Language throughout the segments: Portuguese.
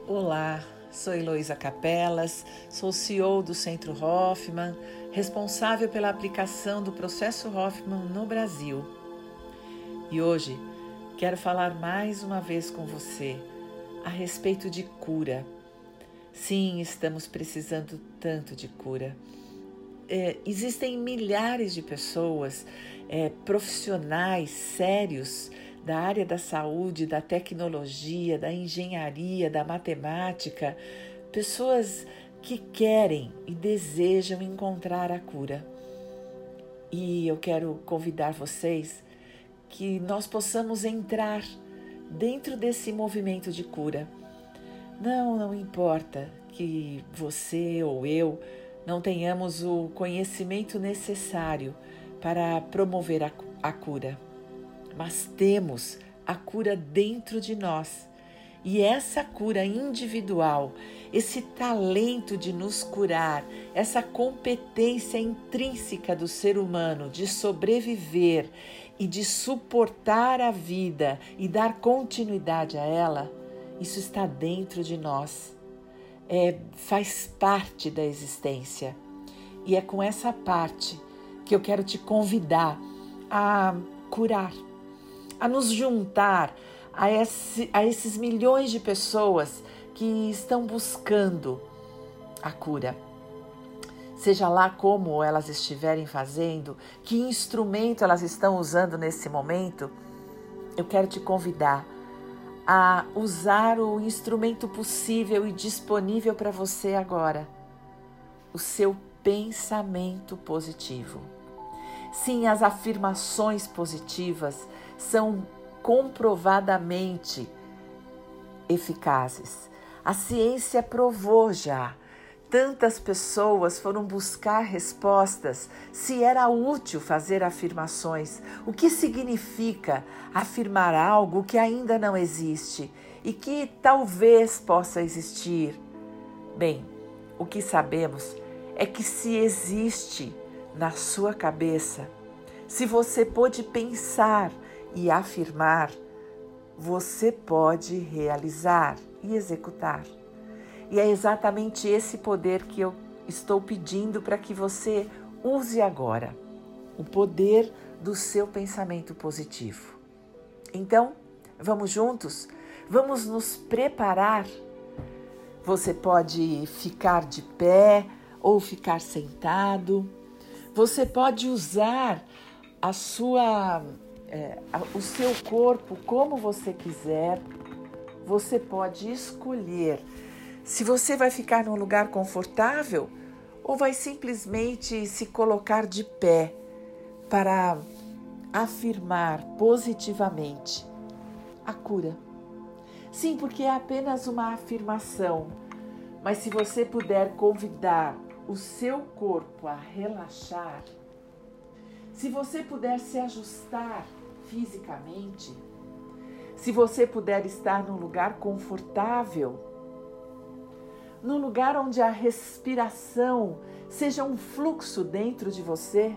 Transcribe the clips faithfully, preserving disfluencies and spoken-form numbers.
Olá, sou Heloísa Capelas, sou C E O do Centro Hoffman, responsável pela aplicação do processo Hoffman no Brasil. E hoje quero falar mais uma vez com você a respeito de cura. Sim, estamos precisando tanto de cura. É, existem milhares de pessoas, é, profissionais sérios da área da saúde, da tecnologia, da engenharia, da matemática, pessoas que querem e desejam encontrar a cura. E eu quero convidar vocês que nós possamos entrar dentro desse movimento de cura. Não, não importa que você ou eu não tenhamos o conhecimento necessário para promover a, a cura, mas temos a cura dentro de nós. E essa cura individual, esse talento de nos curar, essa competência intrínseca do ser humano de sobreviver e de suportar a vida e dar continuidade a ela, isso está dentro de nós. É, faz parte da existência. E é com essa parte que eu quero te convidar a curar, a nos juntar a, esse, a esses milhões de pessoas que estão buscando a cura. Seja lá como elas estiverem fazendo, que instrumento elas estão usando nesse momento, eu quero te convidar a usar o instrumento possível e disponível para você agora, o seu pensamento positivo. Sim, as afirmações positivas são comprovadamente eficazes. A ciência provou já. Tantas pessoas foram buscar respostas se era útil fazer afirmações. O que significa afirmar algo que ainda não existe e que talvez possa existir? Bem, o que sabemos é que se existe na sua cabeça, se você pode pensar e afirmar, você pode realizar e executar. E é exatamente esse poder que eu estou pedindo para que você use agora. O poder do seu pensamento positivo. Então, vamos juntos? Vamos nos preparar? Você pode ficar de pé ou ficar sentado. Você pode usar a sua, é, o seu corpo como você quiser. Você pode escolher se você vai ficar num lugar confortável ou vai simplesmente se colocar de pé para afirmar positivamente a cura. Sim, porque é apenas uma afirmação, mas se você puder convidar o seu corpo a relaxar, se você puder se ajustar fisicamente, se você puder estar num lugar confortável, num lugar onde a respiração seja um fluxo dentro de você,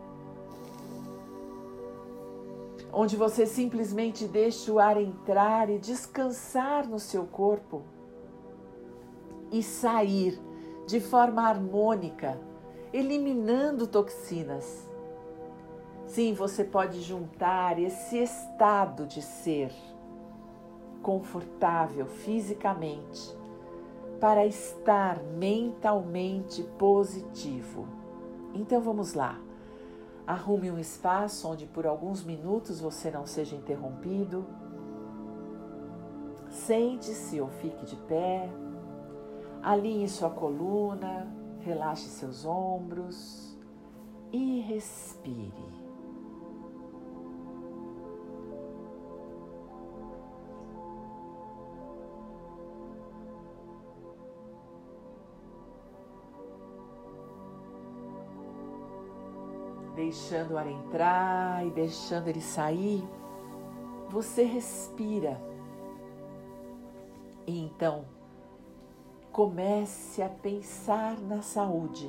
onde você simplesmente deixa o ar entrar e descansar no seu corpo e sair de forma harmônica, eliminando toxinas. Sim, você pode juntar esse estado de ser confortável fisicamente para estar mentalmente positivo. Então vamos lá. Arrume um espaço onde por alguns minutos você não seja interrompido. Sente-se ou fique de pé. Alinhe sua coluna, relaxe seus ombros e respire. Deixando o ar entrar e deixando ele sair, você respira. E então, comece a pensar na saúde.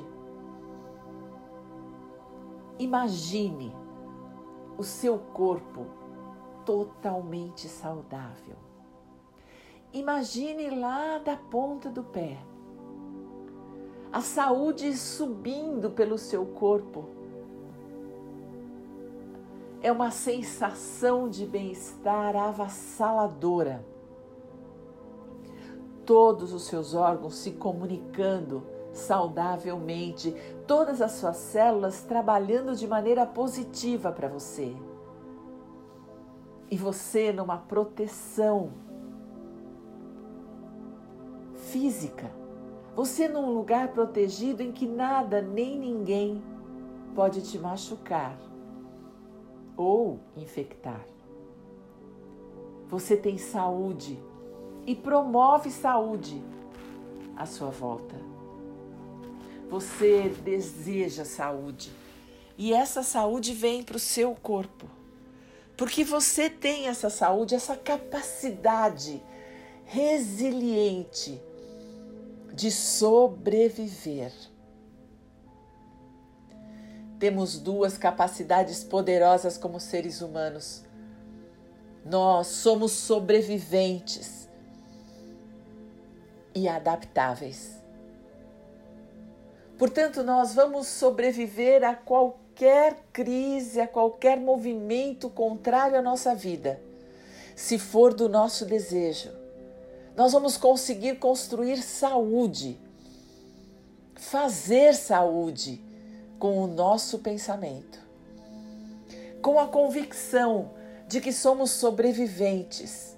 Imagine o seu corpo totalmente saudável. Imagine lá da ponta do pé, a saúde subindo pelo seu corpo. É uma sensação de bem-estar avassaladora. Todos os seus órgãos se comunicando saudavelmente, todas as suas células trabalhando de maneira positiva para você. E você numa proteção física. Você num lugar protegido em que nada nem ninguém pode te machucar ou infectar. Você tem saúde e promove saúde à sua volta. Você deseja saúde e essa saúde vem para o seu corpo, porque você tem essa saúde, essa capacidade resiliente de sobreviver. Temos duas capacidades poderosas como seres humanos. Nós somos sobreviventes e adaptáveis. Portanto, nós vamos sobreviver a qualquer crise, a qualquer movimento contrário à nossa vida, se for do nosso desejo. Nós vamos conseguir construir saúde, fazer saúde com o nosso pensamento, com a convicção de que somos sobreviventes,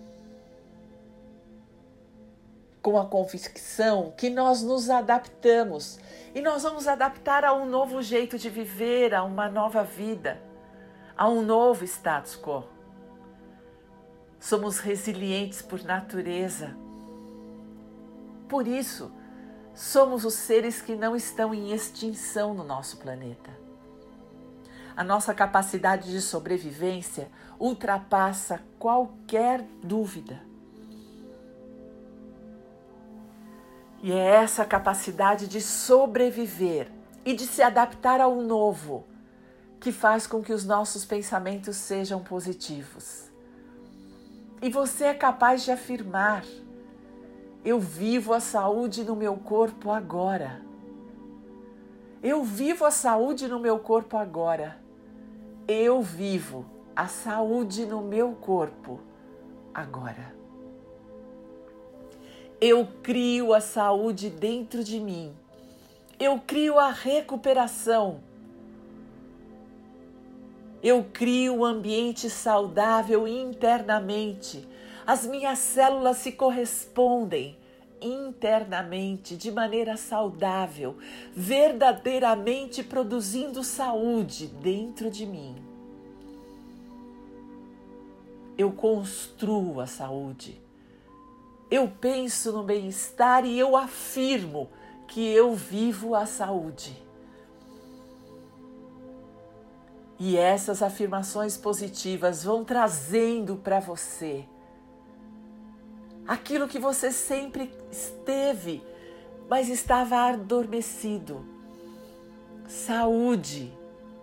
com a convicção que nós nos adaptamos e nós vamos adaptar a um novo jeito de viver, a uma nova vida, a um novo status quo. Somos resilientes por natureza. Por isso, somos os seres que não estão em extinção no nosso planeta. A nossa capacidade de sobrevivência ultrapassa qualquer dúvida. E é essa capacidade de sobreviver e de se adaptar ao novo que faz com que os nossos pensamentos sejam positivos. E você é capaz de afirmar: eu vivo a saúde no meu corpo agora. Eu vivo a saúde no meu corpo agora. Eu vivo a saúde no meu corpo agora. Eu crio a saúde dentro de mim. Eu crio a recuperação. Eu crio um ambiente saudável internamente. As minhas células se correspondem internamente de maneira saudável, verdadeiramente produzindo saúde dentro de mim. Eu construo a saúde. Eu penso no bem-estar e eu afirmo que eu vivo a saúde. E essas afirmações positivas vão trazendo para você aquilo que você sempre esteve, mas estava adormecido. Saúde.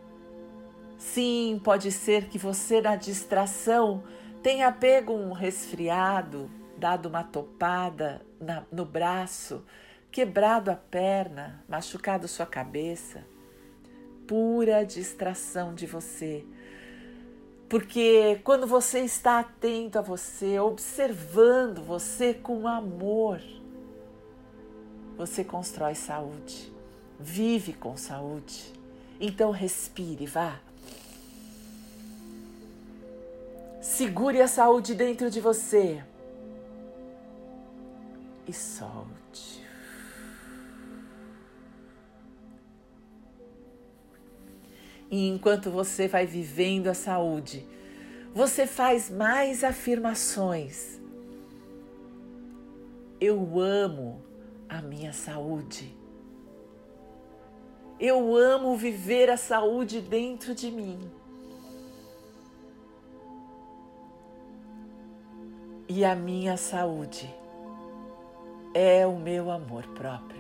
Sim, pode ser que você na distração tenha pego um resfriado, dado uma topada na, no braço, quebrado a perna, machucado sua cabeça. Pura distração de você. Porque quando você está atento a você, observando você com amor, você constrói saúde, vive com saúde. Então respire, vá. Segure a saúde dentro de você e solte. E enquanto você vai vivendo a saúde, você faz mais afirmações. Eu amo a minha saúde. Eu amo viver a saúde dentro de mim. E a minha saúde é o meu amor próprio.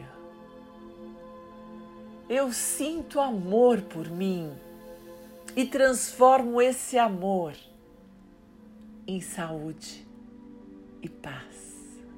Eu sinto amor por mim e transformo esse amor em saúde. e paz.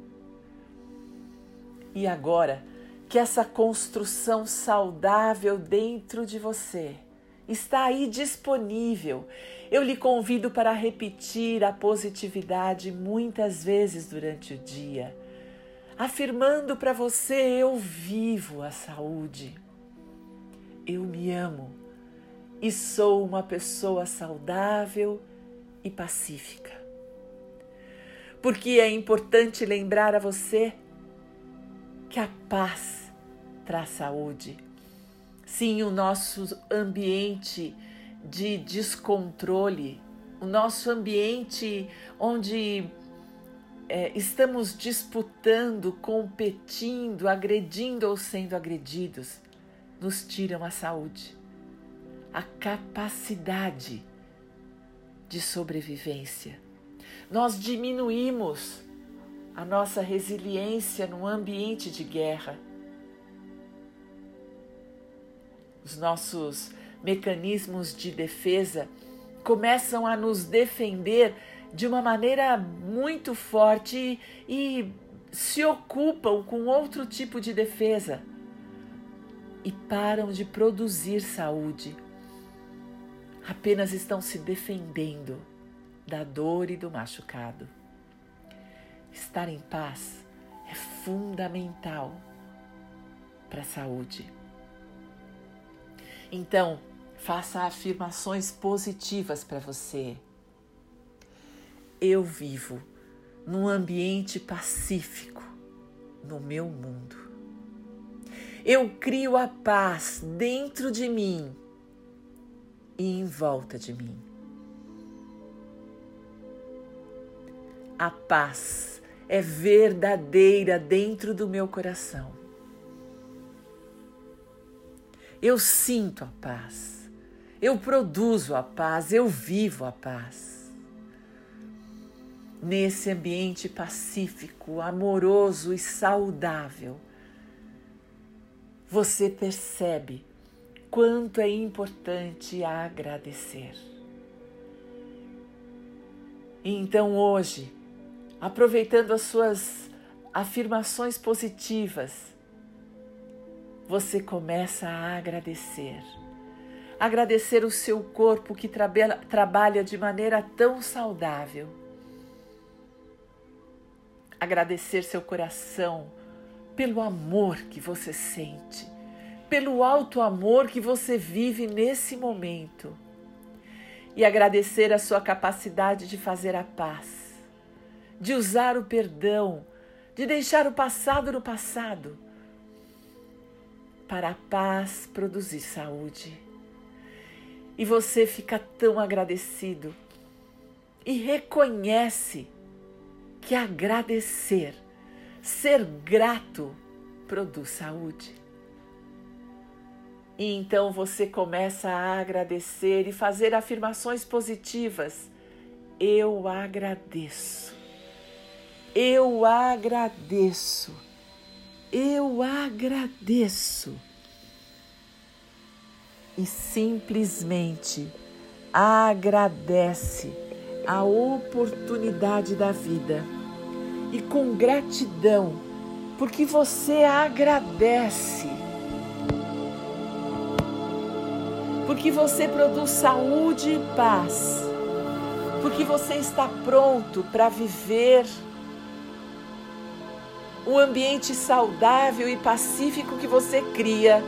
E agora que essa construção saudável dentro de você está aí disponível, eu lhe convido para repetir a positividade muitas vezes durante o dia, afirmando para você: eu vivo a saúde, eu me amo e sou uma pessoa saudável e pacífica. Porque é importante lembrar a você que a paz traz saúde. Sim, o nosso ambiente de descontrole, o nosso ambiente onde é, estamos disputando, competindo, agredindo ou sendo agredidos, nos tiram a saúde, a capacidade de sobrevivência. Nós diminuímos a nossa resiliência no ambiente de guerra. Os nossos mecanismos de defesa começam a nos defender de uma maneira muito forte e, e se ocupam com outro tipo de defesa e param de produzir saúde. Apenas estão se defendendo da dor e do machucado. Estar em paz é fundamental para a saúde. Então, faça afirmações positivas para você. Eu vivo num ambiente pacífico no meu mundo. Eu crio a paz dentro de mim e em volta de mim. A paz é verdadeira dentro do meu coração. Eu sinto a paz, eu produzo a paz, eu vivo a paz. Nesse ambiente pacífico, amoroso e saudável, você percebe quanto é importante agradecer. E então hoje, aproveitando as suas afirmações positivas, você começa a agradecer. Agradecer o seu corpo que trabalha, trabalha de maneira tão saudável. Agradecer seu coração pelo amor que você sente, pelo alto amor que você vive nesse momento. E agradecer a sua capacidade de fazer a paz, de usar o perdão, de deixar o passado no passado, para a paz produzir saúde. E você fica tão agradecido e reconhece que agradecer, ser grato, produz saúde. E então você começa a agradecer e fazer afirmações positivas. Eu agradeço. Eu agradeço. Eu agradeço. E simplesmente agradece a oportunidade da vida. E com gratidão, porque você agradece. Porque você produz saúde e paz. Porque você está pronto para viver o ambiente saudável e pacífico que você cria.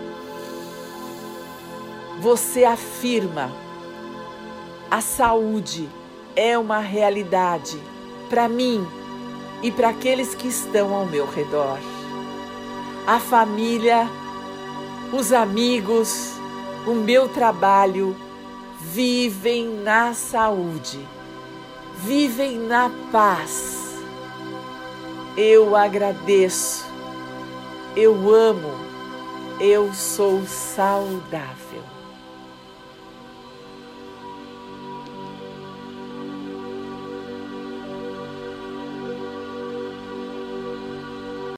Você afirma: a saúde é uma realidade para mim e para aqueles que estão ao meu redor. A família, os amigos, o meu trabalho vivem na saúde, vivem na paz. Eu agradeço, eu amo, eu sou saudável.